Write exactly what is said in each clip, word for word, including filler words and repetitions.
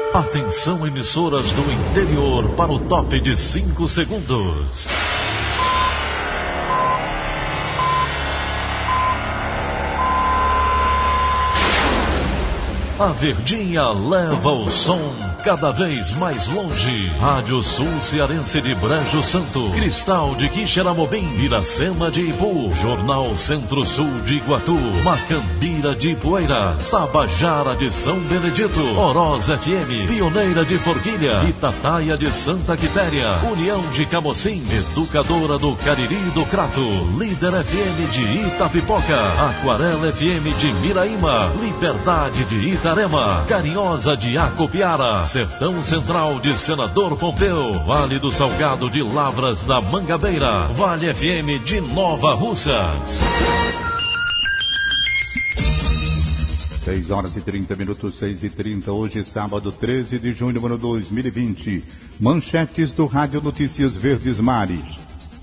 Atenção, emissoras do interior, para o top de cinco segundos. A Verdinha leva o som cada vez mais longe. Rádio Sul Cearense de Brejo Santo, Cristal de Quixeramobim, Iracema de Ipu, Jornal Centro-Sul de Iguatu, Macambira de Poeiras, Tabajara de São Benedito, Oroz F M, Pioneira de Forquilha, Itataia de Santa Quitéria, União de Camocim, Educadora do Cariri do Crato, Líder F M de Itapipoca, Aquarela F M de Miraíma, Liberdade de Ita Itarema, Carinhosa de Acopiara, Sertão Central de Senador Pompeu, Vale do Salgado de Lavras da Mangabeira, Vale F M de Nova Russas. seis horas e trinta minutos, seis e trinta, hoje sábado treze de junho do ano dois mil e vinte. Manchetes do Rádio Notícias Verdes Mares.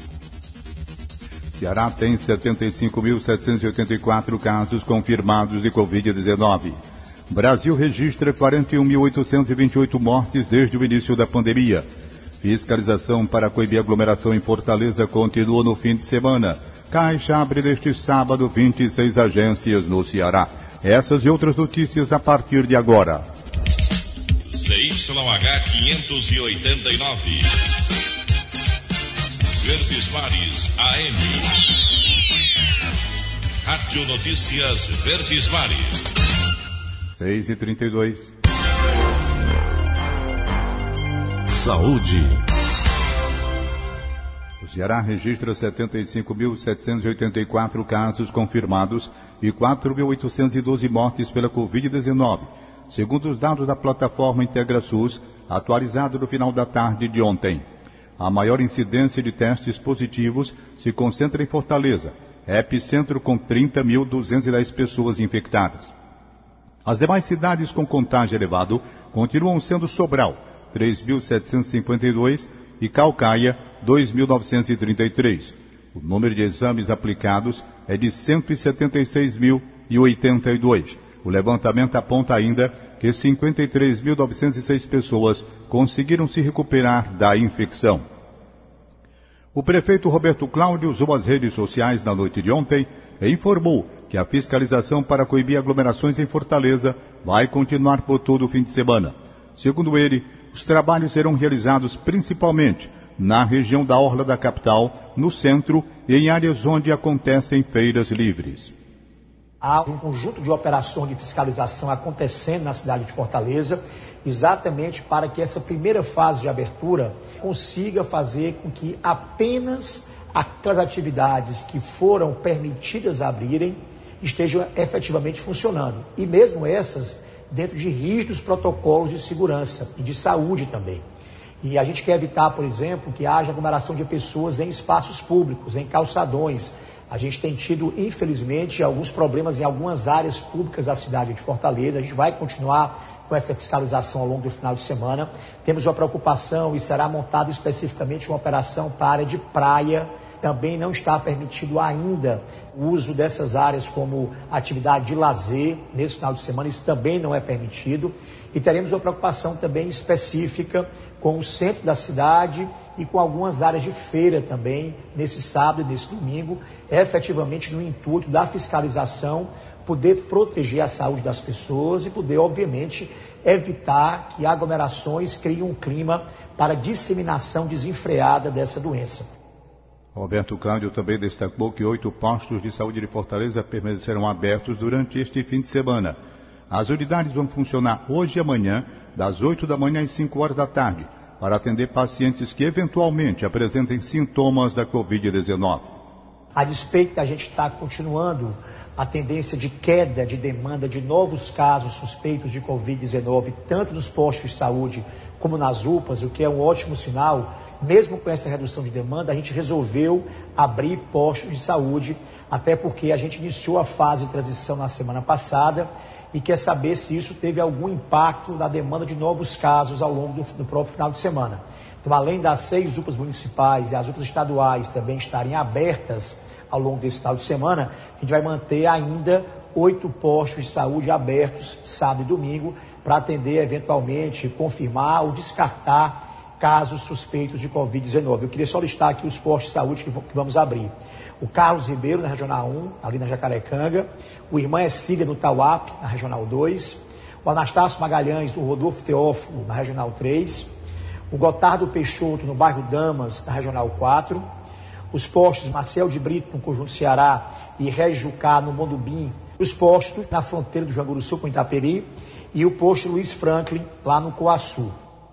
Ceará tem setenta e cinco mil setecentos e oitenta e quatro casos confirmados de covid dezenove. Brasil registra quarenta e um mil oitocentos e vinte e oito mortes desde o início da pandemia. Fiscalização para coibir aglomeração em Fortaleza continua no fim de semana. Caixa abre neste sábado vinte e seis agências no Ceará. Essas e outras notícias a partir de agora. C Y H quinhentos e oitenta e nove. Verdes Mares A M. Rádio Notícias Verdes Mares. seis e trinta e dois. Saúde. O Ceará registra setenta e cinco mil setecentos e oitenta e quatro casos confirmados e quatro mil oitocentos e doze mortes pela covid dezenove, segundo os dados da plataforma IntegraSUS, atualizado no final da tarde de ontem. A maior incidência de testes positivos se concentra em Fortaleza, epicentro com trinta mil duzentas e dez pessoas infectadas. As demais cidades com contágio elevado continuam sendo Sobral, três mil setecentos e cinquenta e dois, e Caucaia, dois mil novecentos e trinta e três. O número de exames aplicados é de cento e setenta e seis mil e oitenta e dois. O levantamento aponta ainda que cinquenta e três mil novecentas e seis pessoas conseguiram se recuperar da infecção. O prefeito Roberto Cláudio usou as redes sociais na noite de ontem e informou que a fiscalização para coibir aglomerações em Fortaleza vai continuar por todo o fim de semana. Segundo ele, os trabalhos serão realizados principalmente na região da orla da capital, no centro e em áreas onde acontecem feiras livres. Há um conjunto de operações de fiscalização acontecendo na cidade de Fortaleza, exatamente para que essa primeira fase de abertura consiga fazer com que apenas aquelas atividades que foram permitidas abrirem estejam efetivamente funcionando. E mesmo essas dentro de rígidos protocolos de segurança e de saúde também. E a gente quer evitar, por exemplo, que haja aglomeração de pessoas em espaços públicos, em calçadões. A gente tem tido, infelizmente, alguns problemas em algumas áreas públicas da cidade de Fortaleza. A gente vai continuar com essa fiscalização ao longo do final de semana. Temos uma preocupação e será montada especificamente uma operação para a área de praia. Também não está permitido ainda o uso dessas áreas como atividade de lazer nesse final de semana. Isso também não é permitido. E teremos uma preocupação também específica com o centro da cidade e com algumas áreas de feira também, nesse sábado e nesse domingo, efetivamente no intuito da fiscalização, poder proteger a saúde das pessoas e poder, obviamente, evitar que aglomerações criem um clima para disseminação desenfreada dessa doença. Roberto Cláudio também destacou que oito postos de saúde de Fortaleza permanecerão abertos durante este fim de semana. As unidades vão funcionar hoje e amanhã, das oito da manhã às cinco horas da tarde, para atender pacientes que eventualmente apresentem sintomas da covid dezenove. A despeito da gente estar continuando a tendência de queda de demanda de novos casos suspeitos de covid dezenove, tanto nos postos de saúde como nas U P As, o que é um ótimo sinal, mesmo com essa redução de demanda, a gente resolveu abrir postos de saúde, até porque a gente iniciou a fase de transição na semana passada e quer saber se isso teve algum impacto na demanda de novos casos ao longo do, do próprio final de semana. Então, além das seis U P As municipais e as U P As estaduais também estarem abertas ao longo desse final de semana, a gente vai manter ainda oito postos de saúde abertos sábado e domingo para atender, eventualmente, confirmar ou descartar casos suspeitos de covid dezenove. Eu queria só listar aqui os postos de saúde que vamos abrir. O Carlos Ribeiro, na Regional um, ali na Jacarecanga. O Irmã Ercília, no Tauap, na Regional dois. O Anastácio Magalhães, no Rodolfo Teófilo, na Regional três. O Gotardo Peixoto, no bairro Damas, na Regional quatro. Os postos Marcel de Brito, no Conjunto Ceará, e Regis Jucá, no Mondubim. Os postos na fronteira do Janguruçu com Itaperi. E o posto Luiz Franklin, lá no Coaçu.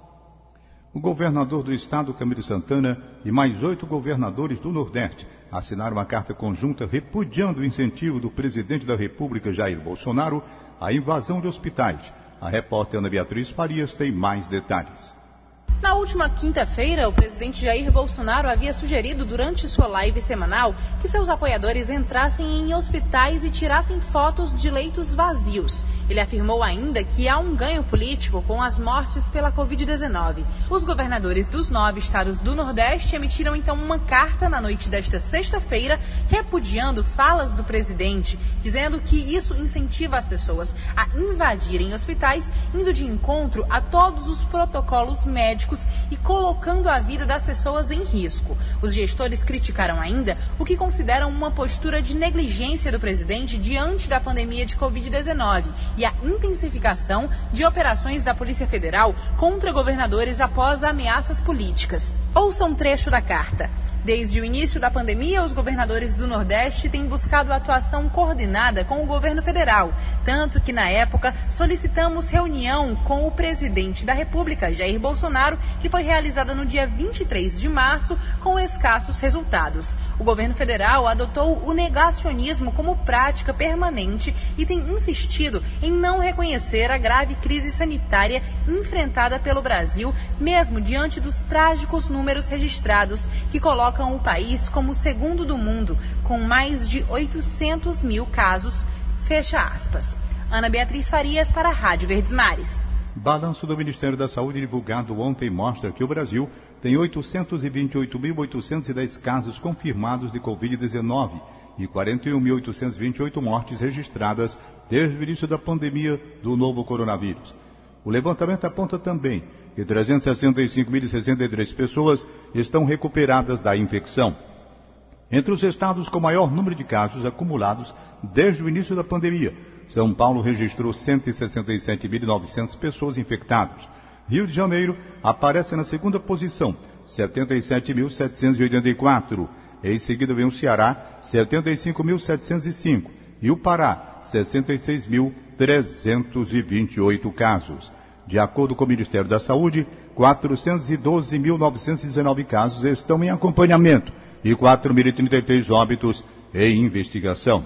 O governador do estado, Camilo Santana, e mais oito governadores do Nordeste assinaram uma carta conjunta repudiando o incentivo do presidente da República, Jair Bolsonaro, à invasão de hospitais. A repórter Ana Beatriz Farias tem mais detalhes. Na última quinta-feira, o presidente Jair Bolsonaro havia sugerido durante sua live semanal que seus apoiadores entrassem em hospitais e tirassem fotos de leitos vazios. Ele afirmou ainda que há um ganho político com as mortes pela covid dezenove. Os governadores dos nove estados do Nordeste emitiram então uma carta na noite desta sexta-feira, repudiando falas do presidente, dizendo que isso incentiva as pessoas a invadirem hospitais, indo de encontro a todos os protocolos médicos e colocando a vida das pessoas em risco. Os gestores criticaram ainda o que consideram uma postura de negligência do presidente diante da pandemia de covid dezenove e a intensificação de operações da Polícia Federal contra governadores após ameaças políticas. Ouça um trecho da carta. Desde o início da pandemia, os governadores do Nordeste têm buscado atuação coordenada com o governo federal, tanto que, na época, solicitamos reunião com o presidente da República, Jair Bolsonaro, que foi realizada no dia vinte e três de março, com escassos resultados. O governo federal adotou o negacionismo como prática permanente e tem insistido em não reconhecer a grave crise sanitária enfrentada pelo Brasil, mesmo diante dos trágicos números registrados, que colocam o país como o segundo do mundo, com mais de oitocentos mil casos, fecha aspas. Ana Beatriz Farias para a Rádio Verdes Mares. Balanço do Ministério da Saúde divulgado ontem mostra que o Brasil tem oitocentos e vinte e oito mil oitocentos e dez casos confirmados de covid dezenove e quarenta e um mil oitocentos e vinte e oito mortes registradas desde o início da pandemia do novo coronavírus. O levantamento aponta também que trezentos e sessenta e cinco mil e sessenta e três pessoas estão recuperadas da infecção. Entre os estados com maior número de casos acumulados desde o início da pandemia, São Paulo registrou cento e sessenta e sete mil e novecentas pessoas infectadas. Rio de Janeiro aparece na segunda posição, setenta e sete mil setecentos e oitenta e quatro. Em seguida vem o Ceará, setenta e cinco mil setecentos e cinco. E o Pará, sessenta e seis mil trezentos e vinte e oito casos. De acordo com o Ministério da Saúde, quatrocentos e doze mil novecentos e dezenove casos estão em acompanhamento e quatro mil e trinta e três óbitos em investigação.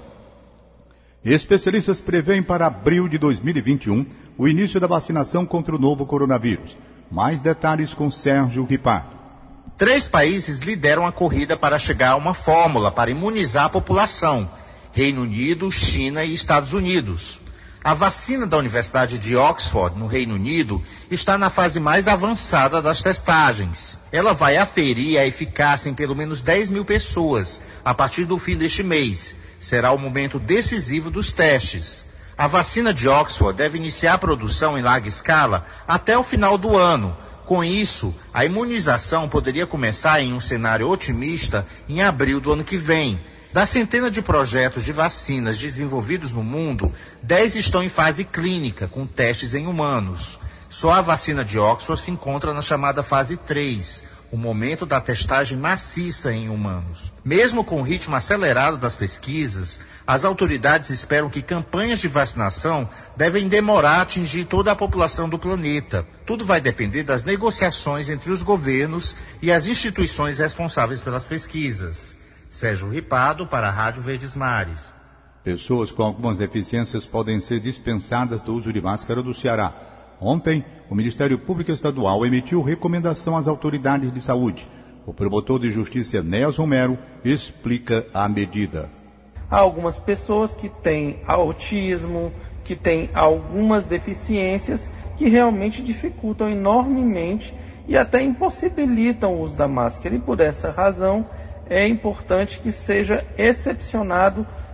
Especialistas preveem para abril de dois mil e vinte e um o início da vacinação contra o novo coronavírus. Mais detalhes com Sérgio Ripardo. Três países lideram a corrida para chegar a uma fórmula para imunizar a população: Reino Unido, China e Estados Unidos. A vacina da Universidade de Oxford, no Reino Unido, está na fase mais avançada das testagens. Ela vai aferir a eficácia em pelo menos dez mil pessoas a partir do fim deste mês. Será o momento decisivo dos testes. A vacina de Oxford deve iniciar a produção em larga escala até o final do ano. Com isso, a imunização poderia começar em um cenário otimista em abril do ano que vem. Da centena de projetos de vacinas desenvolvidos no mundo, dez estão em fase clínica, com testes em humanos. Só a vacina de Oxford se encontra na chamada fase três, o momento da testagem maciça em humanos. Mesmo com o ritmo acelerado das pesquisas, as autoridades esperam que campanhas de vacinação devem demorar a atingir toda a população do planeta. Tudo vai depender das negociações entre os governos e as instituições responsáveis pelas pesquisas. Sérgio Ripado para a Rádio Verdes Mares. Pessoas com algumas deficiências podem ser dispensadas do uso de máscara do Ceará. Ontem, o Ministério Público Estadual emitiu recomendação às autoridades de saúde. O promotor de justiça Enéas Romero explica a medida. Há algumas pessoas que têm autismo, que têm algumas deficiências que realmente dificultam enormemente e até impossibilitam o uso da máscara. E por essa razão é importante que seja excepcionado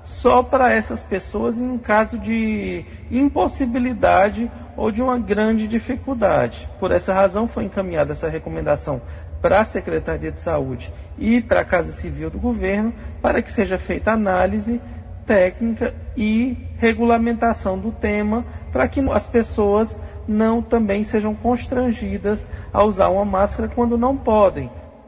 só para essas pessoas em caso de impossibilidade ou de uma grande dificuldade. Por essa razão foi encaminhada essa recomendação para a Secretaria de Saúde e para a Casa Civil do Governo, para que seja feita análise técnica e regulamentação do tema, para que as pessoas não também sejam constrangidas a usar uma máscara quando não podem.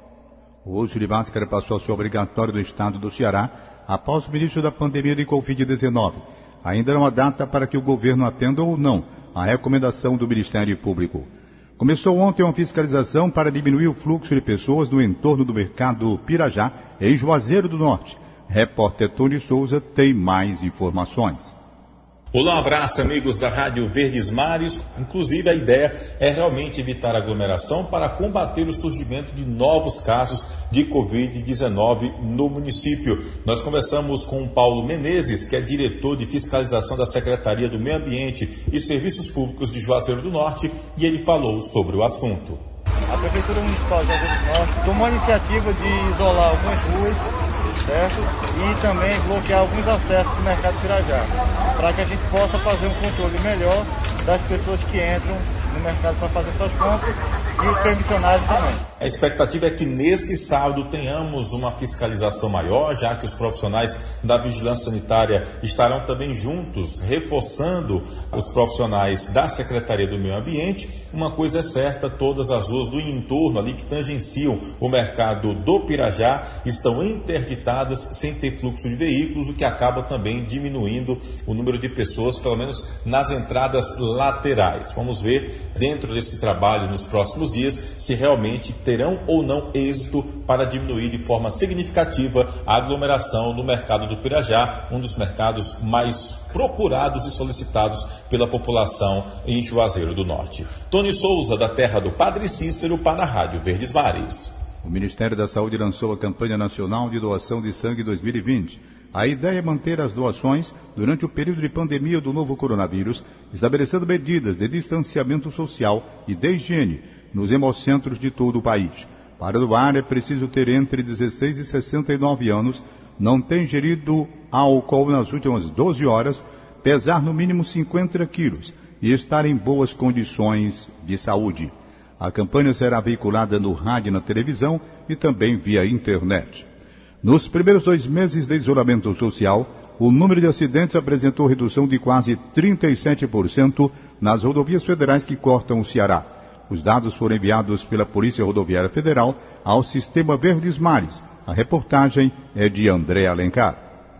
O uso de máscara passou a ser obrigatório no estado do Ceará após o início da pandemia de covid dezenove. Ainda não há data para que o governo atenda ou não a recomendação do Ministério Público. Começou ontem uma fiscalização para diminuir o fluxo de pessoas no entorno do mercado Pirajá, em Juazeiro do Norte. Repórter Tony Souza tem mais informações. Olá, um abraço, amigos da Rádio Verdes Mares. Inclusive, a ideia é realmente evitar aglomeração para combater o surgimento de novos casos de covid dezenove no município. Nós conversamos com o Paulo Menezes, que é diretor de fiscalização da Secretaria do Meio Ambiente e Serviços Públicos de Juazeiro do Norte, e ele falou sobre o assunto. A Prefeitura Municipal de Juazeiro do Norte tomou a iniciativa de isolar algumas ruas, certo? E também bloquear alguns acessos do mercado Pirajá, para que a gente possa fazer um controle melhor das pessoas que entram no mercado para fazer suas compras e os permissionários também. A expectativa é que neste sábado tenhamos uma fiscalização maior, já que os profissionais da vigilância sanitária estarão também juntos, reforçando os profissionais da Secretaria do Meio Ambiente. Uma coisa é certa, todas as ruas do entorno ali que tangenciam o mercado do Pirajá estão interditadas sem ter fluxo de veículos, o que acaba também diminuindo o número de pessoas, pelo menos nas entradas laterais. Vamos ver dentro desse trabalho nos próximos dias se realmente terão ou não êxito para diminuir de forma significativa a aglomeração no mercado do Pirajá, um dos mercados mais procurados e solicitados pela população em Juazeiro do Norte. Tony Souza, da terra do Padre Cícero, para a Rádio Verdes Mares. O Ministério da Saúde lançou a campanha nacional de doação de sangue dois mil e vinte. A ideia é manter as doações durante o período de pandemia do novo coronavírus, estabelecendo medidas de distanciamento social e de higiene nos hemocentros de todo o país. Para doar é preciso ter entre dezesseis e sessenta e nove anos, não ter ingerido álcool nas últimas doze horas, pesar no mínimo cinquenta quilos e estar em boas condições de saúde. A campanha será veiculada no rádio e na televisão e também via internet. Nos primeiros dois meses de isolamento social, o número de acidentes apresentou redução de quase trinta e sete por cento nas rodovias federais que cortam o Ceará. Os dados foram enviados pela Polícia Rodoviária Federal ao Sistema Verdes Mares. A reportagem é de André Alencar.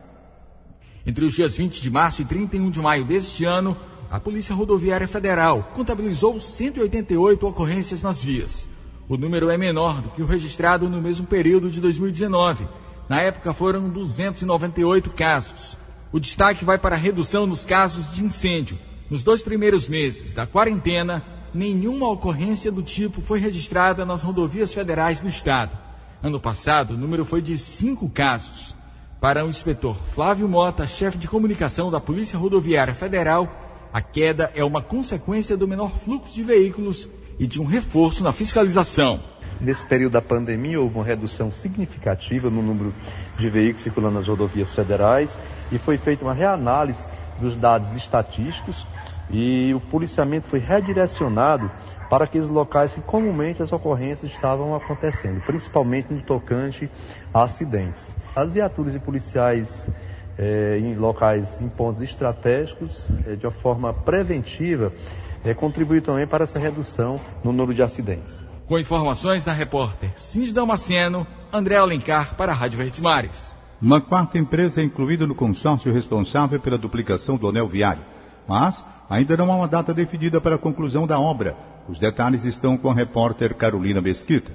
Entre os dias vinte de março e trinta e um de maio deste ano, a Polícia Rodoviária Federal contabilizou cento e oitenta e oito ocorrências nas vias. O número é menor do que o registrado no mesmo período de dois mil e dezenove. Na época foram duzentos e noventa e oito casos. O destaque vai para a redução nos casos de incêndio. Nos dois primeiros meses da quarentena, nenhuma ocorrência do tipo foi registrada nas rodovias federais do estado. Ano passado, o número foi de cinco casos. Para o inspetor Flávio Mota, chefe de comunicação da Polícia Rodoviária Federal, a queda é uma consequência do menor fluxo de veículos e de um reforço na fiscalização. Nesse período da pandemia, houve uma redução significativa no número de veículos circulando nas rodovias federais e foi feita uma reanálise dos dados estatísticos e o policiamento foi redirecionado para aqueles locais que comumente as ocorrências estavam acontecendo, principalmente no tocante a acidentes. As viaturas e policiais eh, em locais, em pontos estratégicos, eh, de uma forma preventiva, eh, contribuem também para essa redução no número de acidentes. Com informações da repórter Cindy Damasceno, André Alencar para a Rádio Verdes Mares. Uma quarta empresa é incluída no consórcio responsável pela duplicação do anel viário, mas ainda não há uma data definida para a conclusão da obra. Os detalhes estão com a repórter Carolina Mesquita.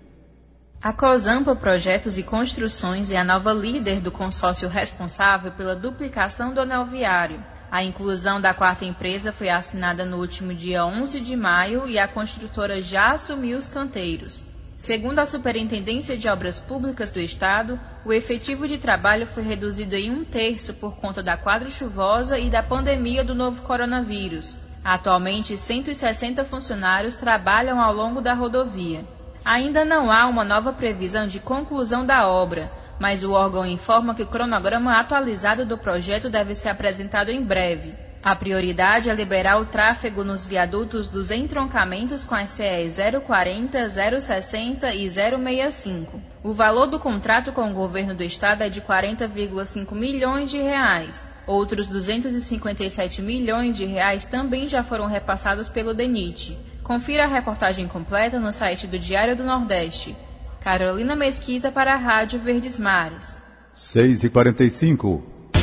A Cosampa Projetos e Construções é a nova líder do consórcio responsável pela duplicação do anel viário. A inclusão da quarta empresa foi assinada no último dia onze de maio e a construtora já assumiu os canteiros. Segundo a Superintendência de Obras Públicas do Estado, o efetivo de trabalho foi reduzido em um terço por conta da quadra chuvosa e da pandemia do novo coronavírus. Atualmente, cento e sessenta funcionários trabalham ao longo da rodovia. Ainda não há uma nova previsão de conclusão da obra, mas o órgão informa que o cronograma atualizado do projeto deve ser apresentado em breve. A prioridade é liberar o tráfego nos viadutos dos entroncamentos com as C E zero quarenta, zero sessenta e zero sessenta e cinco. O valor do contrato com o governo do estado é de quarenta vírgula cinco milhões de reais. Outros duzentos e cinquenta e sete milhões de reais também já foram repassados pelo DENIT. Confira a reportagem completa no site do Diário do Nordeste. Carolina Mesquita para a Rádio Verdes Mares. seis e quarenta e cinco.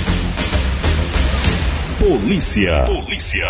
Polícia. Polícia.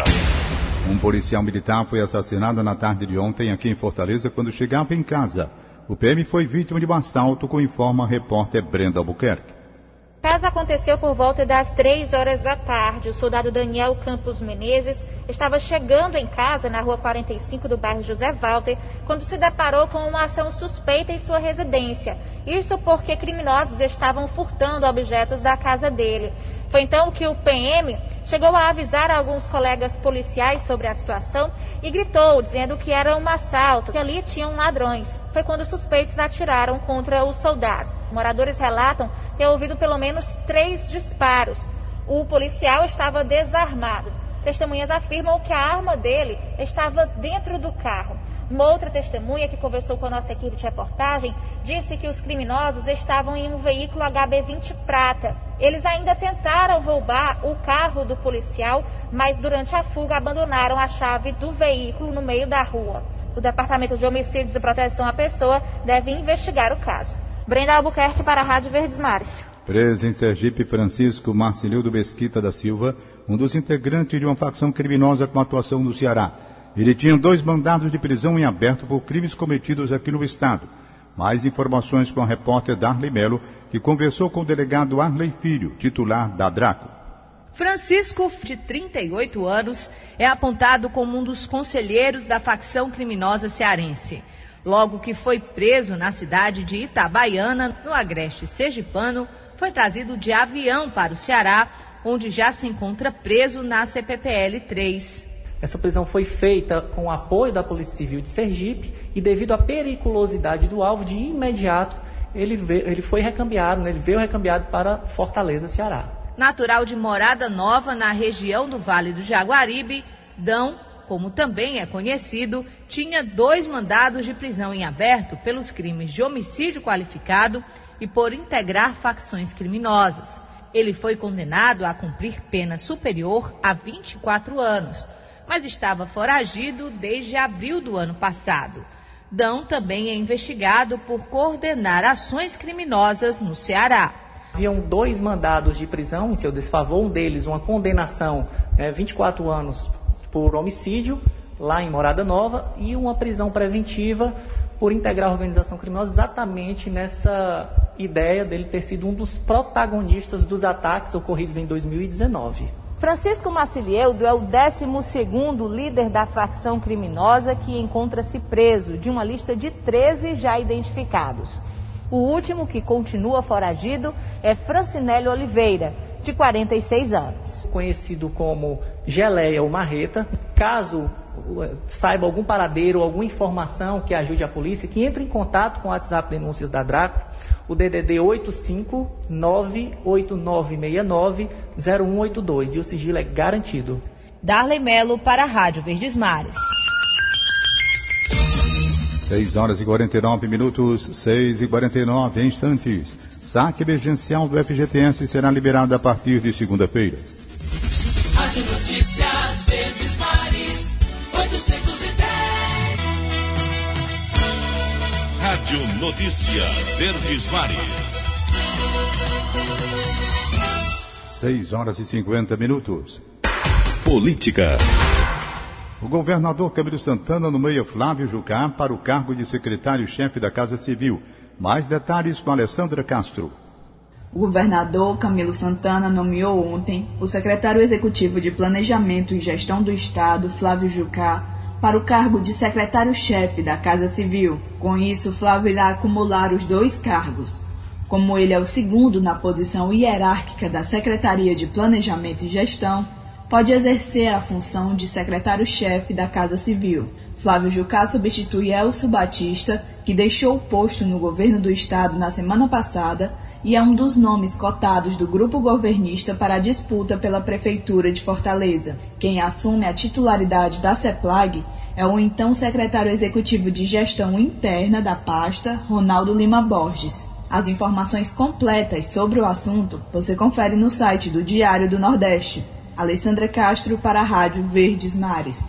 Um policial militar foi assassinado na tarde de ontem aqui em Fortaleza quando chegava em casa. O P M foi vítima de um assalto, como informa a repórter Brenda Albuquerque. O caso aconteceu por volta das três horas da tarde. O soldado Daniel Campos Menezes estava chegando em casa na rua quarenta e cinco do bairro José Walter quando se deparou com uma ação suspeita em sua residência. Isso porque criminosos estavam furtando objetos da casa dele. Foi então que o P M chegou a avisar alguns colegas policiais sobre a situação e gritou, dizendo que era um assalto, que ali tinham ladrões. Foi quando os suspeitos atiraram contra o soldado. Moradores relatam ter ouvido pelo menos três disparos. O policial estava desarmado. Testemunhas afirmam que a arma dele estava dentro do carro. Uma outra testemunha que conversou com a nossa equipe de reportagem disse que os criminosos estavam em um veículo H B vinte prata. Eles ainda tentaram roubar o carro do policial, mas durante a fuga abandonaram a chave do veículo no meio da rua. O Departamento de Homicídios e Proteção à Pessoa deve investigar o caso. Brenda Albuquerque para a Rádio Verdes Mares. Preso em Sergipe, Francisco Marcilildo Mesquita da Silva, um dos integrantes de uma facção criminosa com atuação no Ceará. Ele tinha dois mandados de prisão em aberto por crimes cometidos aqui no estado. Mais informações com a repórter Darley Melo, que conversou com o delegado Arley Filho, titular da Draco. Francisco, de trinta e oito anos, é apontado como um dos conselheiros da facção criminosa cearense. Logo que foi preso na cidade de Itabaiana, no agreste sergipano, foi trazido de avião para o Ceará, onde já se encontra preso na C P P L três. Essa prisão foi feita com o apoio da Polícia Civil de Sergipe e devido à periculosidade do alvo, de imediato ele, veio, ele foi recambiado, né? ele veio recambiado para Fortaleza, Ceará. Natural de Morada Nova, na região do Vale do Jaguaribe, Dão, como também é conhecido, tinha dois mandados de prisão em aberto pelos crimes de homicídio qualificado e por integrar facções criminosas. Ele foi condenado a cumprir pena superior a vinte e quatro anos, mas estava foragido desde abril do ano passado. Dão também é investigado por coordenar ações criminosas no Ceará. Haviam dois mandados de prisão em seu desfavor, um deles uma condenação, né, vinte e quatro anos por homicídio, lá em Morada Nova, e uma prisão preventiva por integrar a organização criminosa, exatamente nessa ideia dele ter sido um dos protagonistas dos ataques ocorridos em dois mil e dezenove. Francisco Marcilildo é o décimo segundo líder da facção criminosa que encontra-se preso, de uma lista de treze já identificados. O último que continua foragido é Francinélio Oliveira, de quarenta e seis anos. Conhecido como Geleia ou Marreta, caso saiba algum paradeiro, alguma informação que ajude a polícia, que entre em contato com o WhatsApp Denúncias da Draco, o D D D oito cinco nove oito nove seis nove zero um oito dois, e o sigilo é garantido. Darley Melo para a Rádio Verdes Mares. seis horas e quarenta e nove minutos, seis e quarenta e nove instantes. Saque emergencial do F G T S será liberado a partir de segunda-feira. Rádio Notícias Verdes Mares, oitocentos e dez. Rádio Notícia Verdes Mares. seis horas e cinquenta minutos. Política. O governador Camilo Santana nomeia Flávio Jucá para o cargo de secretário-chefe da Casa Civil. Mais detalhes com Alessandra Castro. O governador Camilo Santana nomeou ontem o secretário executivo de Planejamento e Gestão do Estado, Flávio Jucá, para o cargo de secretário-chefe da Casa Civil. Com isso, Flávio irá acumular os dois cargos. Como ele é o segundo na posição hierárquica da Secretaria de Planejamento e Gestão, pode exercer a função de secretário-chefe da Casa Civil. Flávio Jucá substitui Elcio Batista, que deixou o posto no governo do estado na semana passada, e é um dos nomes cotados do grupo governista para a disputa pela Prefeitura de Fortaleza. Quem assume a titularidade da CEPLAG é o então secretário executivo de Gestão Interna da pasta, Ronaldo Lima Borges. As informações completas sobre o assunto você confere no site do Diário do Nordeste. Alessandra Castro para a Rádio Verdes Mares.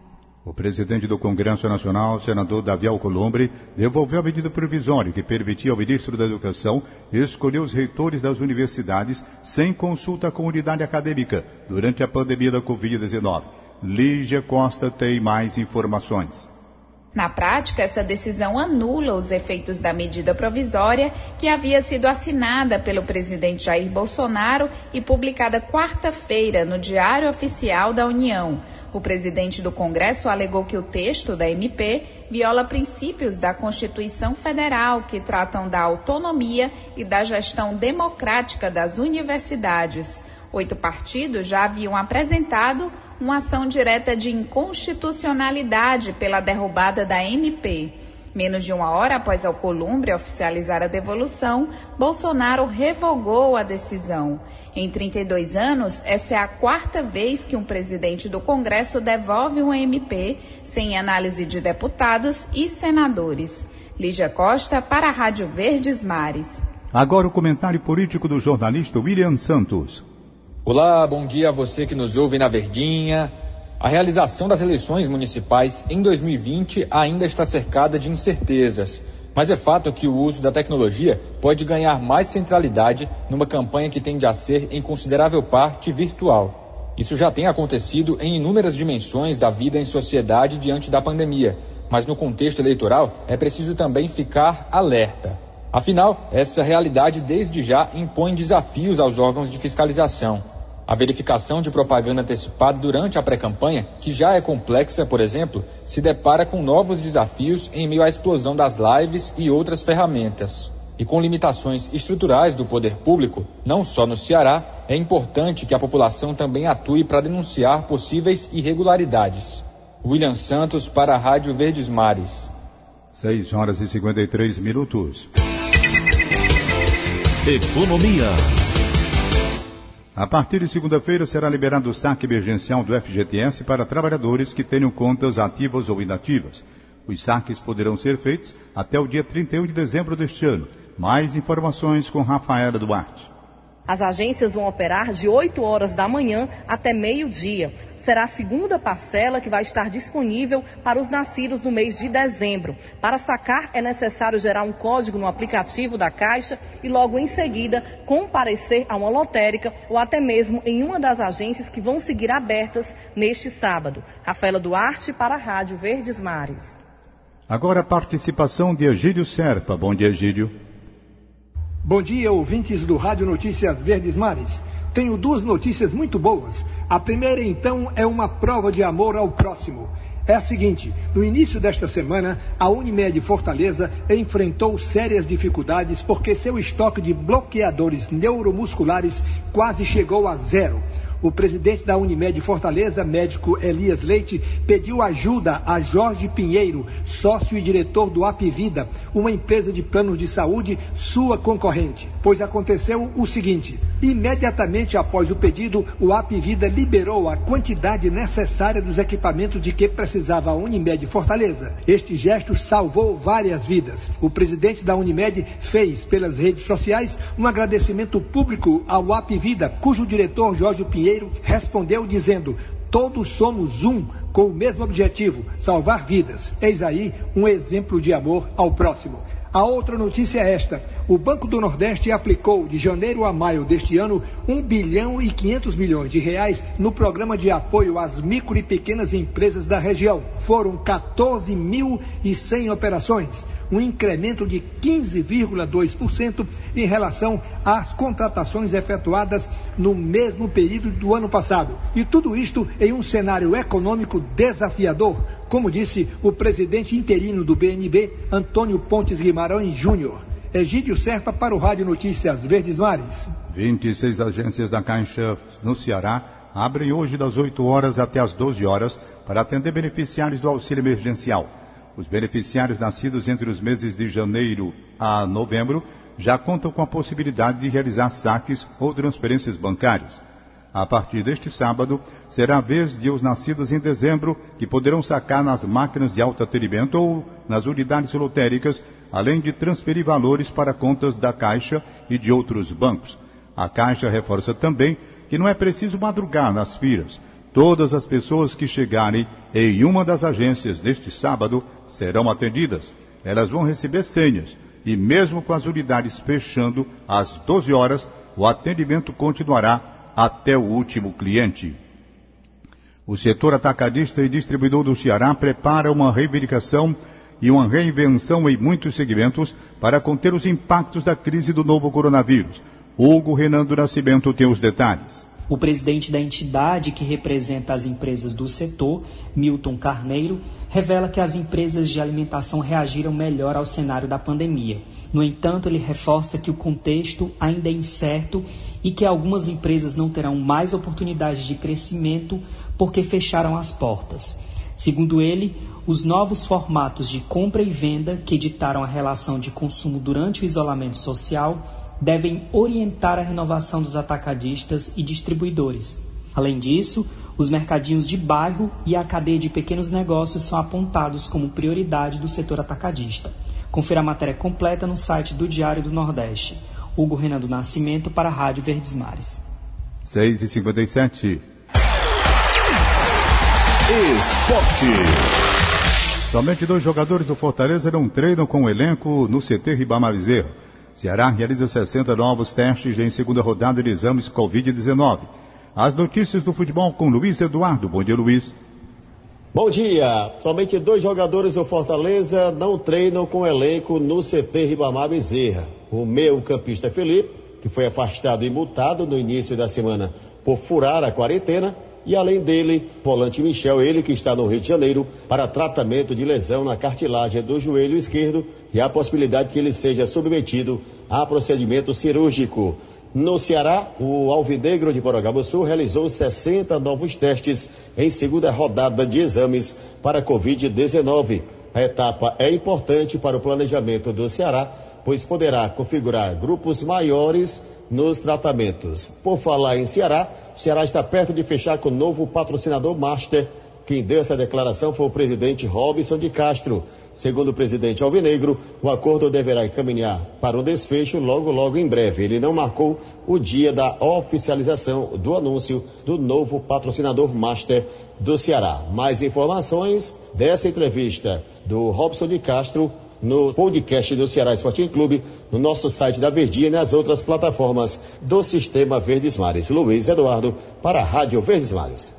O presidente do Congresso Nacional, senador Davi Alcolumbre, devolveu a medida provisória que permitia ao ministro da Educação escolher os reitores das universidades sem consulta à comunidade acadêmica durante a pandemia da covid dezenove. Lígia Costa tem mais informações. Na prática, essa decisão anula os efeitos da medida provisória que havia sido assinada pelo presidente Jair Bolsonaro e publicada quarta-feira no Diário Oficial da União. O presidente do Congresso alegou que o texto da M P viola princípios da Constituição Federal que tratam da autonomia e da gestão democrática das universidades. Oito partidos já haviam apresentado uma ação direta de inconstitucionalidade pela derrubada da M P. Menos de uma hora após Alcolumbre oficializar a devolução, Bolsonaro revogou a decisão. Em trinta e dois anos, essa é a quarta vez que um presidente do Congresso devolve uma M P sem análise de deputados e senadores. Lígia Costa para a Rádio Verdes Mares. Agora o comentário político do jornalista William Santos. Olá, bom dia a você que nos ouve na Verdinha. A realização das eleições municipais em dois mil e vinte ainda está cercada de incertezas, mas é fato que o uso da tecnologia pode ganhar mais centralidade numa campanha que tende a ser, em considerável parte, virtual. Isso já tem acontecido em inúmeras dimensões da vida em sociedade diante da pandemia, mas no contexto eleitoral é preciso também ficar alerta. Afinal, essa realidade desde já impõe desafios aos órgãos de fiscalização. A verificação de propaganda antecipada durante a pré-campanha, que já é complexa, por exemplo, se depara com novos desafios em meio à explosão das lives e outras ferramentas. E com limitações estruturais do poder público, não só no Ceará, é importante que a população também atue para denunciar possíveis irregularidades. William Santos para a Rádio Verdes Mares. seis horas e cinquenta e três minutos. Economia. A partir de segunda-feira será liberado o saque emergencial do F G T S para trabalhadores que tenham contas ativas ou inativas. Os saques poderão ser feitos até o dia trinta e um de dezembro deste ano. Mais informações com Rafaela Duarte. As agências vão operar de oito horas da manhã até meio-dia. Será a segunda parcela que vai estar disponível para os nascidos no mês de dezembro. Para sacar, é necessário gerar um código no aplicativo da Caixa e logo em seguida comparecer a uma lotérica ou até mesmo em uma das agências que vão seguir abertas neste sábado. Rafaela Duarte para a Rádio Verdes Mares. Agora a participação de Egídio Serpa. Bom dia, Egídio. Bom dia, ouvintes do Rádio Notícias Verdes Mares. Tenho duas notícias muito boas. A primeira, então, é uma prova de amor ao próximo. É a seguinte: no início desta semana, a Unimed Fortaleza enfrentou sérias dificuldades porque seu estoque de bloqueadores neuromusculares quase chegou a zero. O presidente da Unimed Fortaleza, médico Elias Leite, pediu ajuda a Jorge Pinheiro, sócio e diretor do Apvida, uma empresa de planos de saúde, sua concorrente. Pois aconteceu o seguinte: imediatamente após o pedido, o Apvida liberou a quantidade necessária dos equipamentos de que precisava a Unimed Fortaleza. Este gesto salvou várias vidas. O presidente da Unimed fez, pelas redes sociais, um agradecimento público ao Apvida, cujo diretor Jorge Pinheiro respondeu dizendo: todos somos um, com o mesmo objetivo, salvar vidas. Eis aí um exemplo de amor ao próximo. A outra notícia é esta: o Banco do Nordeste aplicou de janeiro a maio deste ano um bilhão e quinhentos milhões de reais no programa de apoio às micro e pequenas empresas da região. Foram quatorze mil e cem operações, um incremento de quinze vírgula dois por cento em relação às contratações efetuadas no mesmo período do ano passado. E tudo isto em um cenário econômico desafiador, como disse o presidente interino do B N B, Antônio Pontes Guimarães Júnior. Egídio Serpa para o Rádio Notícias Verdes Mares. vinte e seis agências da Caixa no Ceará abrem hoje das oito horas até as doze horas para atender beneficiários do auxílio emergencial. Os beneficiários nascidos entre os meses de janeiro a novembro já contam com a possibilidade de realizar saques ou transferências bancárias. A partir deste sábado, será a vez de os nascidos em dezembro que poderão sacar nas máquinas de autoatendimento ou nas unidades lotéricas, além de transferir valores para contas da Caixa e de outros bancos. A Caixa reforça também que não é preciso madrugar nas filas. Todas as pessoas que chegarem em uma das agências neste sábado serão atendidas. Elas vão receber senhas e mesmo com as unidades fechando às doze horas, o atendimento continuará até o último cliente. O setor atacadista e distribuidor do Ceará prepara uma reivindicação e uma reinvenção em muitos segmentos para conter os impactos da crise do novo coronavírus. Hugo Renan do Nascimento tem os detalhes. O presidente da entidade que representa as empresas do setor, Milton Carneiro, revela que as empresas de alimentação reagiram melhor ao cenário da pandemia. No entanto, ele reforça que o contexto ainda é incerto e que algumas empresas não terão mais oportunidades de crescimento porque fecharam as portas. Segundo ele, os novos formatos de compra e venda que ditaram a relação de consumo durante o isolamento social devem orientar a renovação dos atacadistas e distribuidores. Além disso, os mercadinhos de bairro e a cadeia de pequenos negócios são apontados como prioridade do setor atacadista. Confira a matéria completa no site do Diário do Nordeste. Hugo Renan do Nascimento para a Rádio Verdes Mares. seis e cinquenta e sete. Esporte. Somente dois jogadores do Fortaleza não treinam com o elenco no C T Ribamar Bezerra. Ceará realiza sessenta novos testes em segunda rodada de exames covid dezenove. As notícias do futebol com Luiz Eduardo. Bom dia, Luiz. Bom dia. Somente dois jogadores do Fortaleza não treinam com o elenco no C T Ribamar Bezerra. O meio-campista Felipe, que foi afastado e multado no início da semana por furar a quarentena, e além dele, volante Michel, ele que está no Rio de Janeiro para tratamento de lesão na cartilagem do joelho esquerdo e a possibilidade que ele seja submetido a procedimento cirúrgico. No Ceará, o Alvinegro de Porangabuçu realizou sessenta novos testes em segunda rodada de exames para covid dezenove. A etapa é importante para o planejamento do Ceará, pois poderá configurar grupos maiores nos tratamentos. Por falar em Ceará, o Ceará está perto de fechar com o novo patrocinador master. Quem deu essa declaração foi o presidente Robson de Castro. Segundo o presidente Alvinegro, o acordo deverá encaminhar para um desfecho logo, logo em breve. Ele não marcou o dia da oficialização do anúncio do novo patrocinador master do Ceará. Mais informações dessa entrevista do Robson de Castro no podcast do Ceará Sporting Clube, no nosso site da Verdinha e nas outras plataformas do Sistema Verdes Mares. Luiz Eduardo para a Rádio Verdes Mares.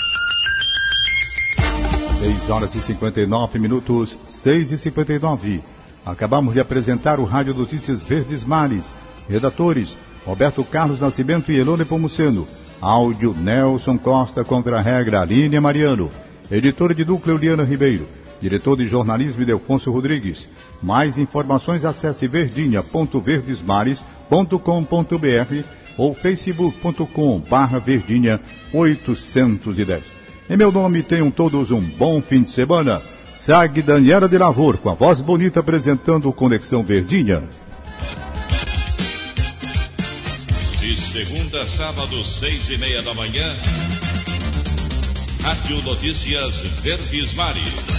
seis horas e cinquenta e nove minutos, seis e cinquenta e nove. Acabamos de apresentar o Rádio Notícias Verdes Mares. Redatores, Roberto Carlos Nascimento e Elone Pomuceno. Áudio, Nelson Costa, contra a regra, Aline Mariano. Editora de núcleo, Liana Ribeiro. Diretor de jornalismo, Delfonso Rodrigues. Mais informações, acesse verdinha ponto verdesmares ponto com ponto br ou facebook ponto com barra verdinha oitocentos e dez. Em meu nome, tenham todos um bom fim de semana. Segue Daniela de Lavor, com a voz bonita, apresentando o Conexão Verdinha. De segunda a sábado, seis e meia da manhã, Rádio Notícias Verdes Mares.